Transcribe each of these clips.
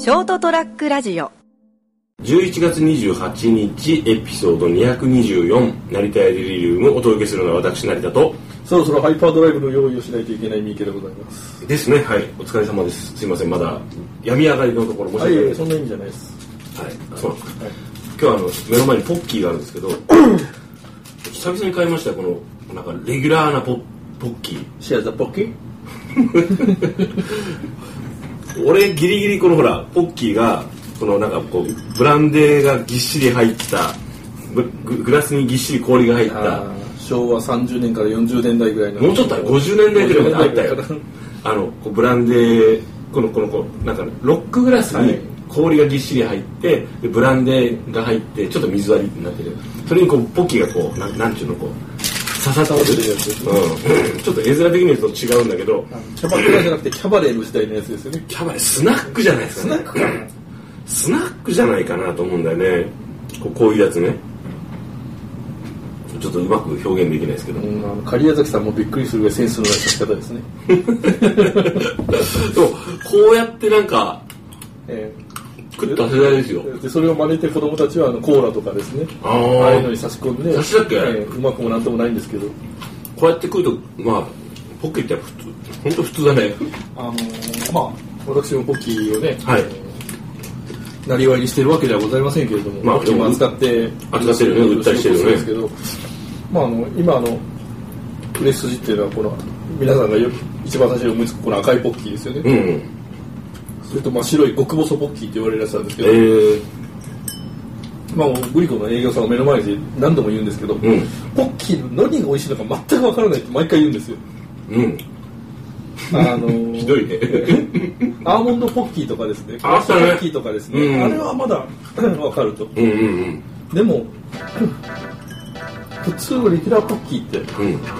ショートトラックラジオ 11月28日エピソード224成田屋デリリウムをお届けするのは私成田と、 そろそろハイパードライブの用意をしないといけない三池でございますですね。はい、お疲れ様です。すいません、まだ病み上がりのところ申し訳ない。 はい、そんな意味じゃないです。 はい、そうなんです、はい、今日は目の前にポッキーがあるんですけど久々に買いましたよ、このなんかレギュラーなポッキー。 シェアザポッキー俺ギリギリこのほらポッキーがこのなんかこうブランデーがぎっしり入ったグラスにぎっしり氷が入った昭和30年から40年代ぐらいの、 もうちょっと50年代ぐらいまであったよこうブランデーこのなんかロックグラスに氷がぎっしり入ってでブランデーが入ってちょっと水割りになってる。それにこうポッキーがこうなんちゅうのこう刺さってるやつ、ちょっと絵面的に言うと違うんだけど、 キャバクラじゃなくてキャバレーの時代のやつですよね。 キャバレースナックじゃないですかね。スナックじゃないかなと思うんだよね。こういうやつね。ちょっとうまく表現できないですけど、 狩矢崎さんもびっくりするぐらいセンスのない書き方ですねでもこうやってなんか、食った世代ですよ。 でそれを真似て子供たちはコーラとかですね、ああいうのに差し込んで、うまくもなんともないんですけど、 こうやって食うとまあポッキーって本当普通だね。 まあ私もポッキーをね、 はい、 なりわいにしてるわけではございませんけれども、ポッキーも扱ってるよね、売ったりしてるよね。 ですけど、今売れ筋っていうのはこの皆さんが一番最初に思いつくこの赤いポッキーですよね。それと白い極細ポッキーって言われるやつなんですけど、グリコの営業さんを目の前に何度も言うんですけど、ポッキーの何が美味しいのか全く分からないって毎回言うんですよ。 ひどいね。 アーモンドポッキーとかですね、クラッシュポッキーとかですね、あれはまだ分かると。でも普通のレギュラーポッキーって、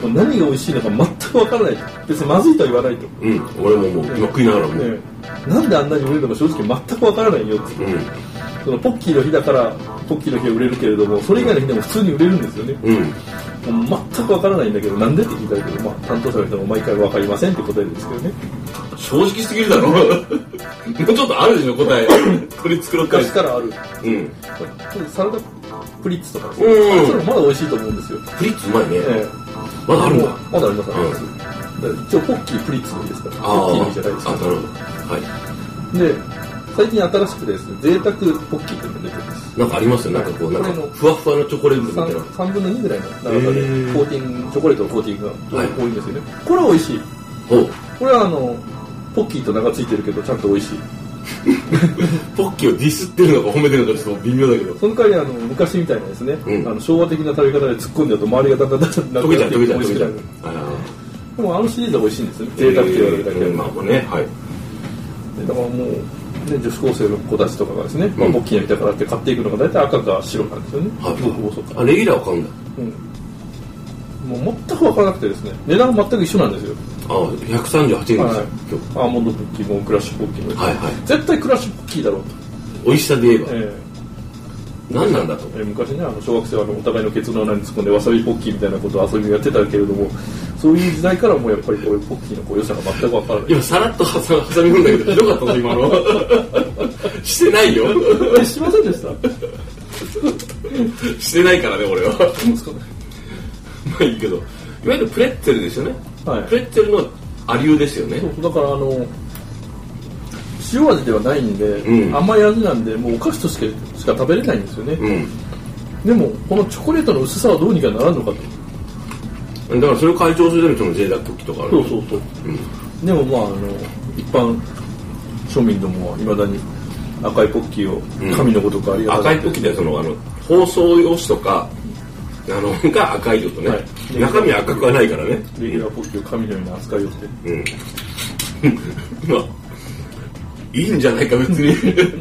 何が美味しいのか全く分からない。別にまずいとは言わないと。 俺ももう今食いながらも、 なんであんなに売れるのか正直全く分からないよって。そのポッキーの日だからポッキーの日は売れるけれども、それ以外の日でも普通に売れるんですよね。全く分からないんだけど、なんでって聞いたけど、担当者の人も毎回分かりませんって答えるんですけどね。 正直すぎるだろもうちょっとあるでしょ答え取り繕ったり昔からある。サラダプリッツとかですね、それもまだ美味しいと思うんですよ。 プリッツうまいね。まだあるんだ。 まだあります。一応ポッキープリッツの日ですから、ポッキーの日じゃないですか。 なるほど。はい。 で最近新しくですね、贅沢ポッキーっていうのが出てるんです。 なんかありますよ、なんかこうなんかふわふわのチョコレートみたいな。 3分の2ぐらいの長さでコーティング、チョコレートのコーティングが多いんですよね。これは美味しい。これはポッキーと名がついてるけどちゃんと美味しい。 ポッキーをディスってるのか褒めてるのかちょっと微妙だけど、 その代わり昔みたいなですね、昭和的な食べ方で突っ込んじゃうと周りがだんだん溶けちゃう美味しくなる。でもシリーズは美味しいんですよね。贅沢って言われるだけで。 まあね、はい。 だからもう女子高生の子たちとかがですね、ポッキーの日だからって買っていくのが大体赤か白なんですよね。 レギュラーは買うんだ。 もう全く分からなくてですね、値段は全く一緒なんですよ。 138円ですよ。 アーモンドポッキーもクラッシュポッキーも、絶対クラッシュポッキーだろうと。 美味しさで言えば、何なんだと。 昔ね、小学生はお互いのケツの穴に突っ込んでわさびポッキーみたいなことを遊びをやってたけれども、そういう時代からもうやっぱりこういうポッキーの良さが全く分からない。 今さらっと挟み込んだけどひどかったぞ今のしてないよしませんでしたしてないからね俺は。 そうですかね。 まあいいけど、いわゆるプレッツェルですよね。プレッツェルのアリューですよね。 だから塩味ではないんで、甘い味なんでもうお菓子としてしか食べれないんですよね。でもこのチョコレートの薄さはどうにかならんのかと。 だからそれを解消するためにその贅沢ポッキーとかある。 そう。でも一般庶民どもはいまだに赤いポッキーを神のごとくありがたい。 赤いポッキーで包装用紙とかが赤いよとね、中身は赤くはないからね。 レギュラーポッキーを神のように扱いよって、 まあいいんじゃないか別に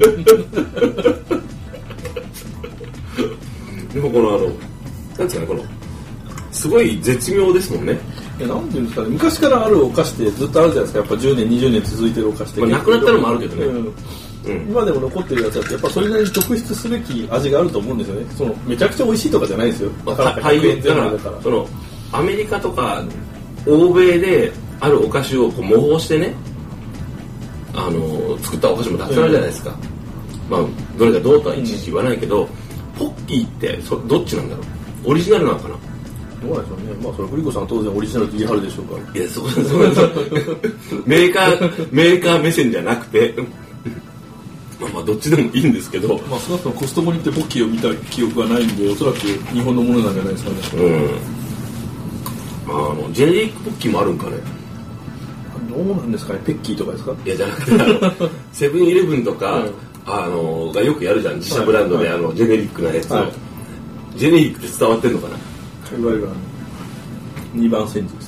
でもなんつうかこのすごい絶妙ですもんね。 なんていうんですかね、昔からあるお菓子ってずっとあるじゃないですか。やっぱ10年20年続いてるお菓子って、 なくなったのもあるけどね、 今でも残ってるやつだってやっぱそれなりに特筆すべき味があると思うんですよね。めちゃくちゃ美味しいとかじゃないですよ。 だからアメリカとか欧米であるお菓子を模倣してね、 作ったお菓子もたくさんあるじゃないですか、まあどれがどうとはいちいち言わないけど、ポッキーってどっちなんだろう、オリジナルなのかな。 どうなんでしょうね。まあそれグリコさんは当然オリジナルと言い張るでしょうから。 いやそうメーカー目線じゃなくてまあどっちでもいいんですけど、 まあ少なくともコストコに行ってポッキーを見た記憶がないんで、おそらく日本のものなんじゃないですかね。 ジェネリックポッキーもあるんかね。 どうなんですかね、ペッキーとかですか。 いやじゃなくてセブンイレブンとか、がよくやるじゃん、自社ブランドで、ジェネリックなやつを、ジェネリックって伝わってんのかな。 いわゆる2番煎じです。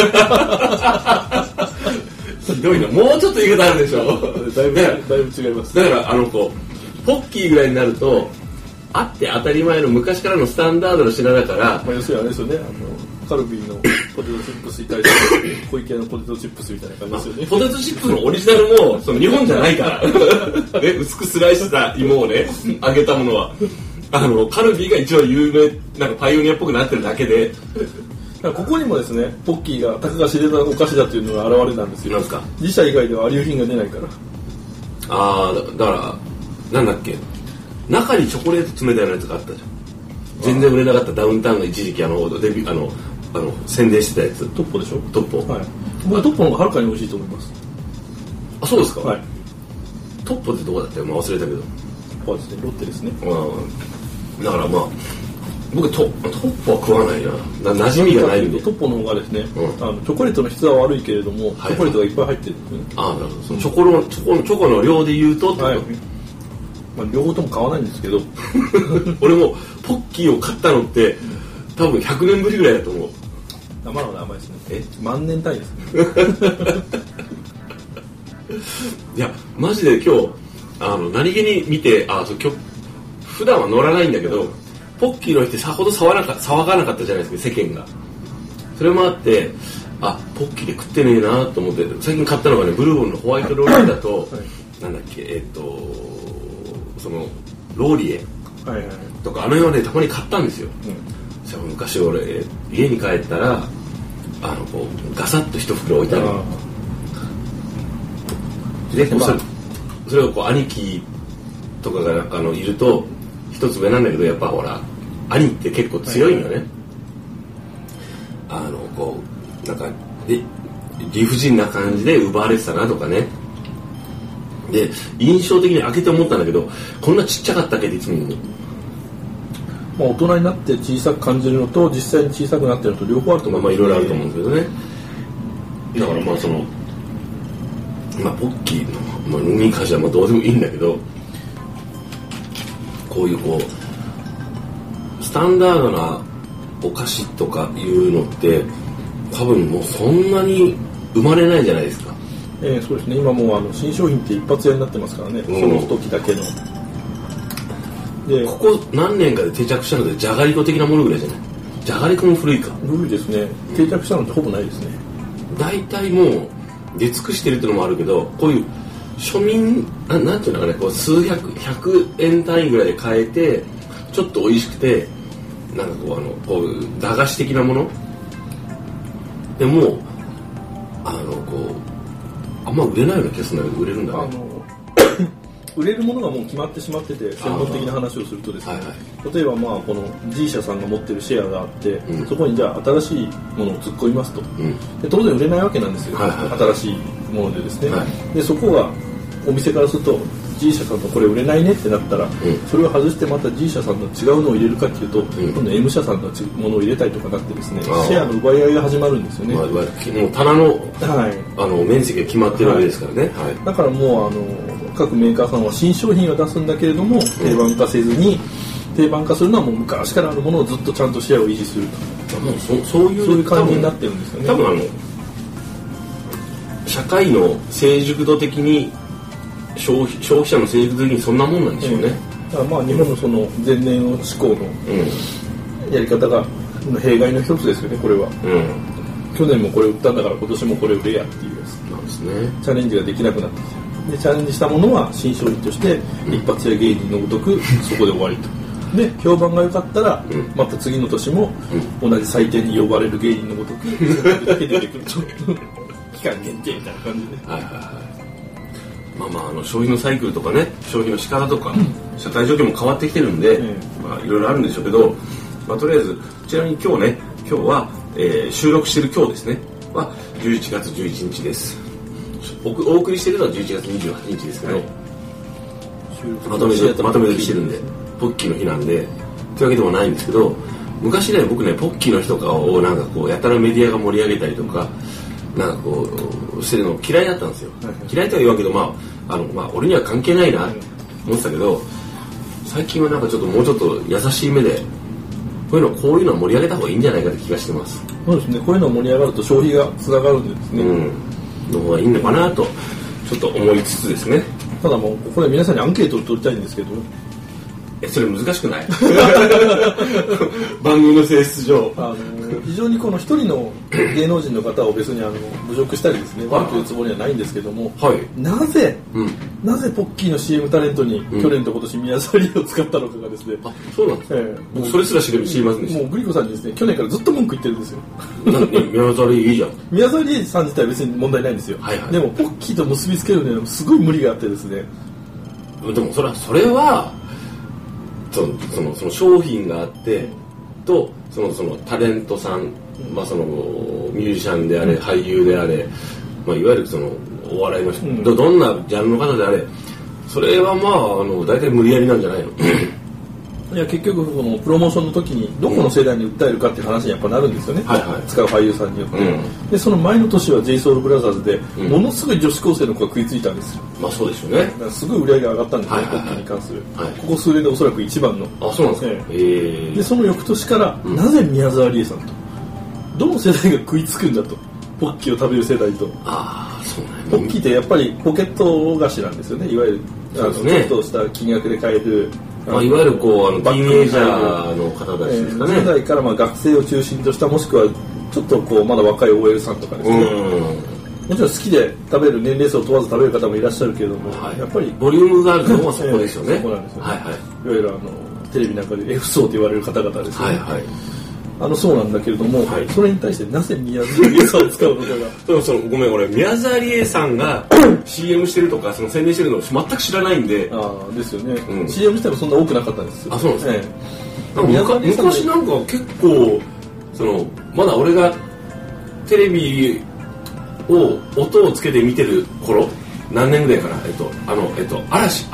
ひどいな、もうちょっと言い方あるでしょ。 だいぶ違います。 だからポッキーぐらいになるとあって当たり前の昔からのスタンダードの品だから、 まあ、要するにあれですよね、カルビーのポテトチップスに対して小池のポテトチップスみたいな感じですよね。 ポテトチップスのオリジナルもその日本じゃないから薄くスライスした芋をね揚げたものはカルビーが一応有名、なんかパイオニアっぽくなってるだけで、 ここにもですね、ポッキーがたかが知れたお菓子だというのが現れたんですよ。 なんですか。 自社以外ではあり有品が出ないから。 だからなんだっけ、中にチョコレート詰めたようなやつがあったじゃん。全然売れなかったダウンタウンが一時期デビュー宣伝してたやつ。 トッポでしょ。 トッポ。 はい。僕はトッポの方がはるかに美味しいと思います。 あ、そうですか。 はい。 トッポってどこだったよ、忘れたけど。 ここはですね、ロッテですね。 だからまあ僕トッポは食わないな、馴染みがないんで。 トッポの方がですね、チョコレートの質は悪いけれども、チョコレートがいっぱい入ってるんですね。 なるほど。そのチョコの量で言うとってこと。 まあ、両方とも買わないんですけど俺もポッキーを買ったのって多分100年ぶりぐらいだと思う。 まだ甘いですね。万年単位ですねいやマジで今日何気に見て今日普段は乗らないんだけど、ポッキーの日ってさほど騒がなかったじゃないですか、世間が。それもあってポッキーで食ってねえなと思って、最近買ったのがね、ブルボンのホワイトローリエだと、なんだっけ、そのローリエとかようなね、たまに買ったんですよ。昔俺家に帰ったらガサッと一袋置いてある。でそれを兄貴とかがいると一つ上なんだけど、やっぱほら兄って結構強いのね。なんか理不尽な感じで奪われてたなとかね。で印象的に開けて思ったんだけど、こんなちっちゃかったっけっていつも言うの。 まあ、大人になって小さく感じるのと実際に小さくなってるのと両方あると思う。 いろいろあると思うんですけどね。だからまあポッキーのに関してはどうでもいいんだけど、こういうスタンダードなお菓子とかいうのって多分もうそんなに生まれないじゃないですか。 そうですね。今もう新商品って一発屋になってますからね、その時だけの。でここ何年かで定着したのでじゃがりこ的なものぐらいじゃない。じゃがりこも古いか。 古いですね。定着したのってほぼないですね。 大体もう出尽くしてるっていうのもあるけど、こういう庶民なんていうのかね、100円単位ぐらいで買えてちょっと美味しくて、なんかこう駄菓子的なものでもあんま売れないような気がするんだけど、売れるんだね。 売れるものがもう決まってしまってて、専門的な話をするとですね、例えばこの G 社さんが持ってるシェアがあって、そこにじゃあ新しいものを突っ込みますと、で当然売れないわけなんですよ、新しいものでですね、でそこがお店からすると G 社さんとこれ売れないねってなったら、それを外してまた G 社さんの違うのを入れるかっていうと、今度 M 社さんのものを入れたりとかなってですね、シェアの奪い合いが始まるんですよね。 もう棚の、面積が決まってるわけですからね。 だからもう各メーカーさんは新商品を出すんだけれども、定番化せずに、定番化するのはもう昔からあるものをずっとちゃんとシェアを維持すると。 もうそういう感じになってるんですよね。 多分社会の成熟度的に消費者の成熟度的にそんなもんなんでしょうね。 だから日本のその前年志向のやり方が弊害の一つですよね、これは。去年もこれ売ったんだから今年もこれ売れやっていうやつなんですね。 チャレンジができなくなってきて、でチャレンジしたものは新商品として一発屋芸人のごとくそこで終わりと。で評判が良かったら、また次の年も同じ祭典に呼ばれる芸人のごとく出てくると期間限定みたいな感じで。 消費のサイクルとかね、消費の仕方とか、社会状況も変わってきてるんで、いろいろあるんでしょうけど、とりあえずちなみに今日は、収録している今日ですねは11月11日です。お送りしているのは11月28日ですけど、まとめ撮りしてるんで、ポッキーの日なんでというわけでもないんですけど、昔ね、僕ね、ポッキーの日とかをなんかこうやたらメディアが盛り上げたりとかなんかこうしてるの嫌いだったんですよ。嫌いとは言わんけど、俺には関係ないなって思ってたけど、最近はなんかちょっともうちょっと優しい目でこういうのを盛り上げた方がいいんじゃないかって気がしてます。 そうですね。こういうの盛り上がると消費がつながるんですね。 の方がいいのかなとちょっと思いつつですね。 ただもうこれ皆さんにアンケートを取りたいんですけど。 それ難しくない番組の性質上非常にこの一人の芸能人の方を別に侮辱したりですね、悪く言うつもりはないんですけども、なぜポッキーの CM タレントに去年と今年宮沢りえを使ったのかがですね、 そうなんですか、僕それすら知りませんでした。 もうグリコさんにですね、去年からずっと文句言ってるんですよ。 宮沢りえいいじゃん。 宮沢りえさん自体は別に問題ないんですよ、でもポッキーと結びつけるのにはすごい無理があってですね。 でもそれはその商品があってとそのタレントさん、そのミュージシャンであれ、俳優であれ、いわゆるそのお笑いの人、どんなジャンルの方であれ、それは大体無理やりなんじゃないの？ いや結局このプロモーションの時にどこの世代に訴えるかっていう話にやっぱなるんですよね、使う俳優さんによって、でその前の年は JSOULBROTHERS でものすごい女子高生の子が食いついたんですよ。 そうですよね。 だからすごい売り上げが上がったんですね、ポッキーに関する、ここ数年でおそらく一番の。 そうなんですか。 でその翌年から、なぜ宮沢りえさんとどの世代が食いつくんだと、ポッキーを食べる世代と。 そうなんポッキーってやっぱりポケット菓子なんですよね、いわゆるちょっとした金額で買える、 いわゆるティーンエイジャーの方たちですかね。 10代から学生を中心とした、もしくはちょっとまだ若い OL さんとかですね、もちろん好きで食べる、年齢層を問わず食べる方もいらっしゃるけれども、やっぱりボリュームがあるのはそこですよね。 そこなんですよね。いわゆるテレビなんかで F 層と言われる方々ですね。そうなんだけれども、それに対してなぜ宮沢りえさんを使うのかがごめん、俺宮沢りえさんがCM してるとか宣伝してるのを全く知らないんで。 ですよね、CM 自体もそんな多くなかったんですよ。 そうなんですね。昔なんか結構まだ俺がテレビを音をつけて見てる頃、何年ぐらいかな、嵐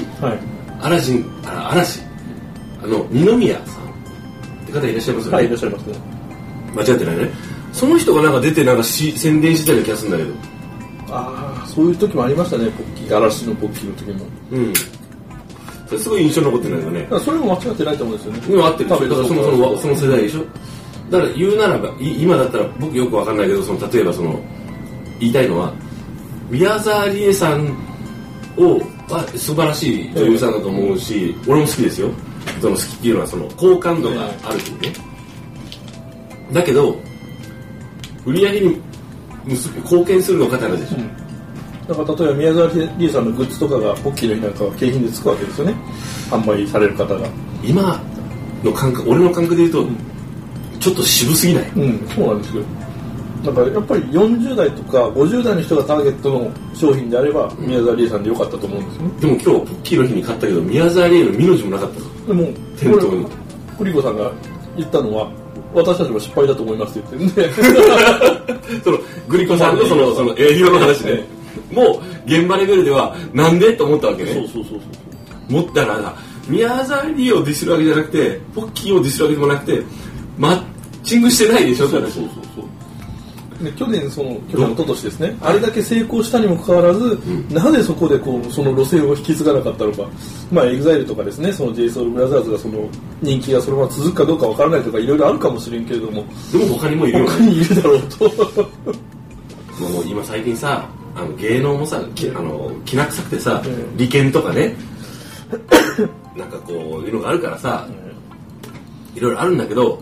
二宮さん方いらっしゃいますよね。 いらっしゃいますね。 間違ってないね。その人がなんか出て宣伝してたような気がするんだけど。 そういう時もありましたね。ポッキー、嵐のポッキーの時も。 それすごい印象に残ってるんだよね。 それも間違ってないと思うんですよね。 合ってるでしょ。だからその世代でしょ。だから言うならば今だったら僕よくわかんないけど、例えば言いたいのは宮沢りえさんは素晴らしい女優さんだと思うし、俺も好きですよ。好きっていうのは好感度があるというね。だけど売り上げに貢献するの方がでしょ。 だから例えば宮沢りえさんのグッズとかがポッキーの日なんかは景品でつくわけですよね。販売される方が。 今の感覚、俺の感覚で言うと、ちょっと渋すぎない？ そうなんですよ。だからやっぱり40代とか50代の人がターゲットの商品であれば宮沢りえさんでよかったと思うんですよね。 でも今日ポッキーの日に買ったけど宮沢りえの見の字もなかったの。 でも店頭にクリコさんが言ったのは、私たちも失敗だと思いますって言ってるんでグリコさんのその営業の話ね、もう現場レベルではなんでと思ったわけね。 そう思ったら宮沢りえをディスるわけじゃなくて、ポッキーをディスるわけでもなくて、マッチングしてないでしょ。 そうで去年一昨年ですね、あれだけ成功したにもかかわらず、なぜそこでその路線を引き継がなかったのか。EXILE とかですね、JSOULBROTHERS が人気がそのまま続くかどうかわからないとかいろいろあるかもしれんけれども、 でも他にもいるよね。 他にいるだろうともう今最近さ、芸能もさ、きな臭くてさ、利権とかねなんかいうのがあるからさ、いろいろあるんだけど、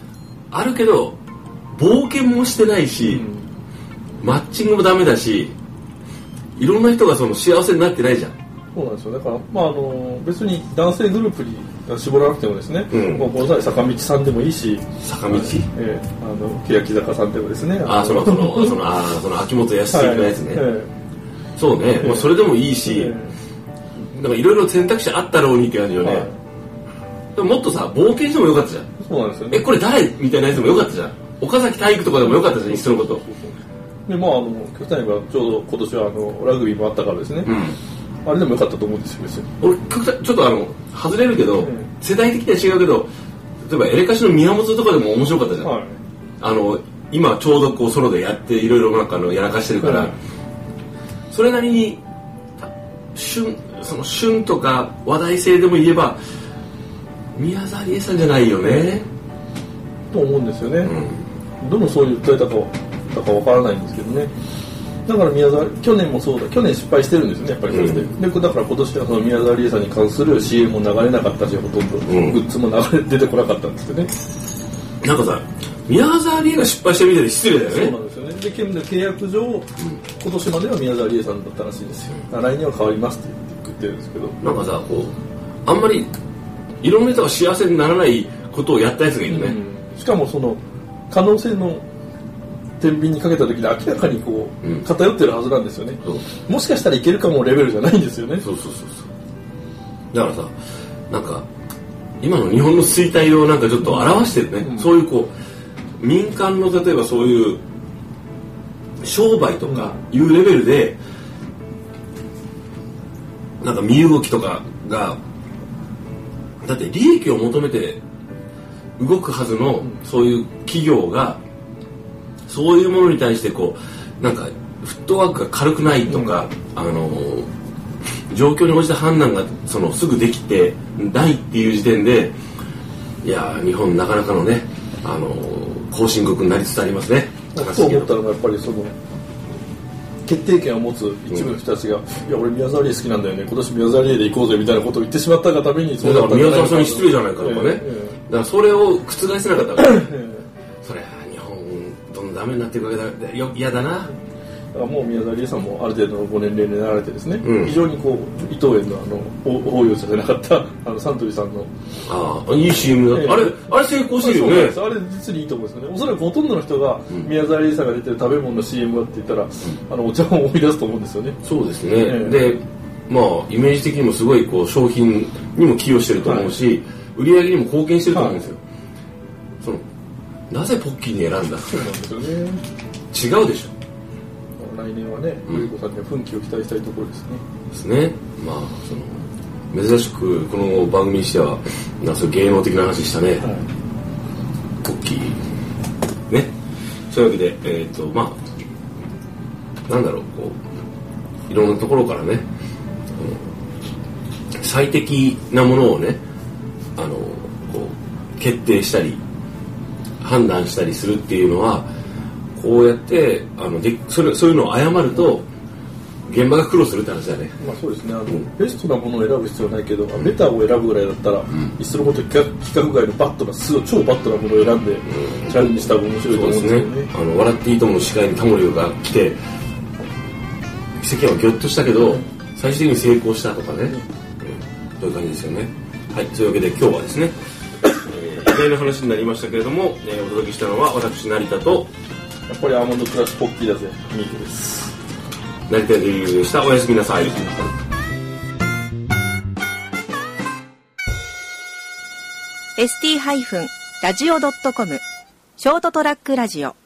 冒険もしてないし、マッチングもダメだし、いろんな人が幸せになってないじゃん。 そうなんですよ。だから別に男性グループに絞らなくてもですね、この際坂道さんでもいいし、 坂道、 欅坂さんでもですね、 秋元康のやつね。 そうね、まあ、それでもいいし、なんかいろいろ選択肢あったろうにって感じよね、でももっとさ冒険してもよかったじゃん。 そうなんですよね。 これ誰みたいなやつもよかったじゃん。岡崎体育とかでもよかったじゃん、いっそのこと。 でまあ極端に言えばちょうど今年はラグビーもあったからですね、あれでもよかったと思うんですよ別に。 俺ちょっと外れるけど、世代的には違うけど、例えばエレカシの宮本とかでも面白かったじゃん、今ちょうどこうソロでやっていろいろなんかやらかしてるから、それなりにその旬とか話題性でも言えば宮沢りえさんじゃないよねと思うんですよね、どのそう訴えたかわからないんですけどね。だから宮沢去年もそうだ、去年失敗してるんですよねやっぱりそれで、でだから今年はその宮沢りえさんに関する CM も流れなかったし、ほとんどグッズも出てこなかったんですよね。 なんかさ宮沢りえが失敗してるみたいで失礼だよね。 そうなんですよね。で契約上、今年までは宮沢りえさんだったらしいですよ、来年は変わりますって言ってるんですけど、 なんかさこうあんまりいろんな人が幸せにならないことをやったやつがいるね、 しかもその可能性の天秤にかけた時に明らかにこう、偏ってるはずなんですよね。もしかしたらいけるかもレベルじゃないんですよね。 そうだからさ、なんか今の日本の衰退をなんかちょっと表してるね、そういうこう民間の例えばそういう商売とかいうレベルで、なんか身動きとかがだって利益を求めて動くはずのそういう企業がそういうものに対してこうなんかフットワークが軽くないとか、状況に応じた判断がすぐできてないっていう時点で、いや日本なかなかのね後進国になりつつありますね。 そう思ったのがやっぱり決定権を持つ一部の人たちが、いや俺宮沢りえ好きなんだよね、今年宮沢りえで行こうぜみたいなことを言ってしまったがために、 そうだから宮沢さんに失礼じゃないかとかね、だからそれを覆せなかったわけそれは日本どんどんダメになっていくわけだ嫌だな。 だからもう宮沢りえさんもある程度のご年齢になられてですね、非常にこう伊藤園の応用者じゃなかったサントリーさんのいい CM だった、あれ成功してるよね。 あれ実にいいと思うんですよね。おそらくほとんどの人が宮沢りえさんが出てる食べ物の CM だって言ったら、お茶を思い出すと思うんですよね。 そうですね、でまあイメージ的にもすごいこう商品にも寄与してると思うし、売り上げにも貢献してると思うんですよ、なぜポッキーに選んだ。 そうなんですよね。 違うでしょ。 来年はね、ゆうこさんには奮起を期待したいところですね。 ですね。まあ珍しくこの番組にしてはそういう芸能的な話したね。ポッキーね。そういうわけでまあなんだろうこういろんなところからね最適なものをねこう決定したり判断したりするっていうのは。こうやってそういうのを誤ると現場が苦労するって話だね。 まあそうですね。ベストなものを選ぶ必要はないけど、ベターを選ぶぐらいだったら、いっそのこと規格外のバットな超バットなものを選んでチャレンジした方が面白いと思うんですよね。 笑っていいともの司会にタモリが来て世間はギョッとしたけど、最終的に成功したとかね、そういう感じですよね。はい、そういうわけで今日はですね意外な話になりましたけれども、お届けしたのは私成田とやっぱりアーモンドクラッシュポッキーだぜミートです。 成田でゆうでした。おやすみなさい。 ST-radio.com ショートトラックラジオ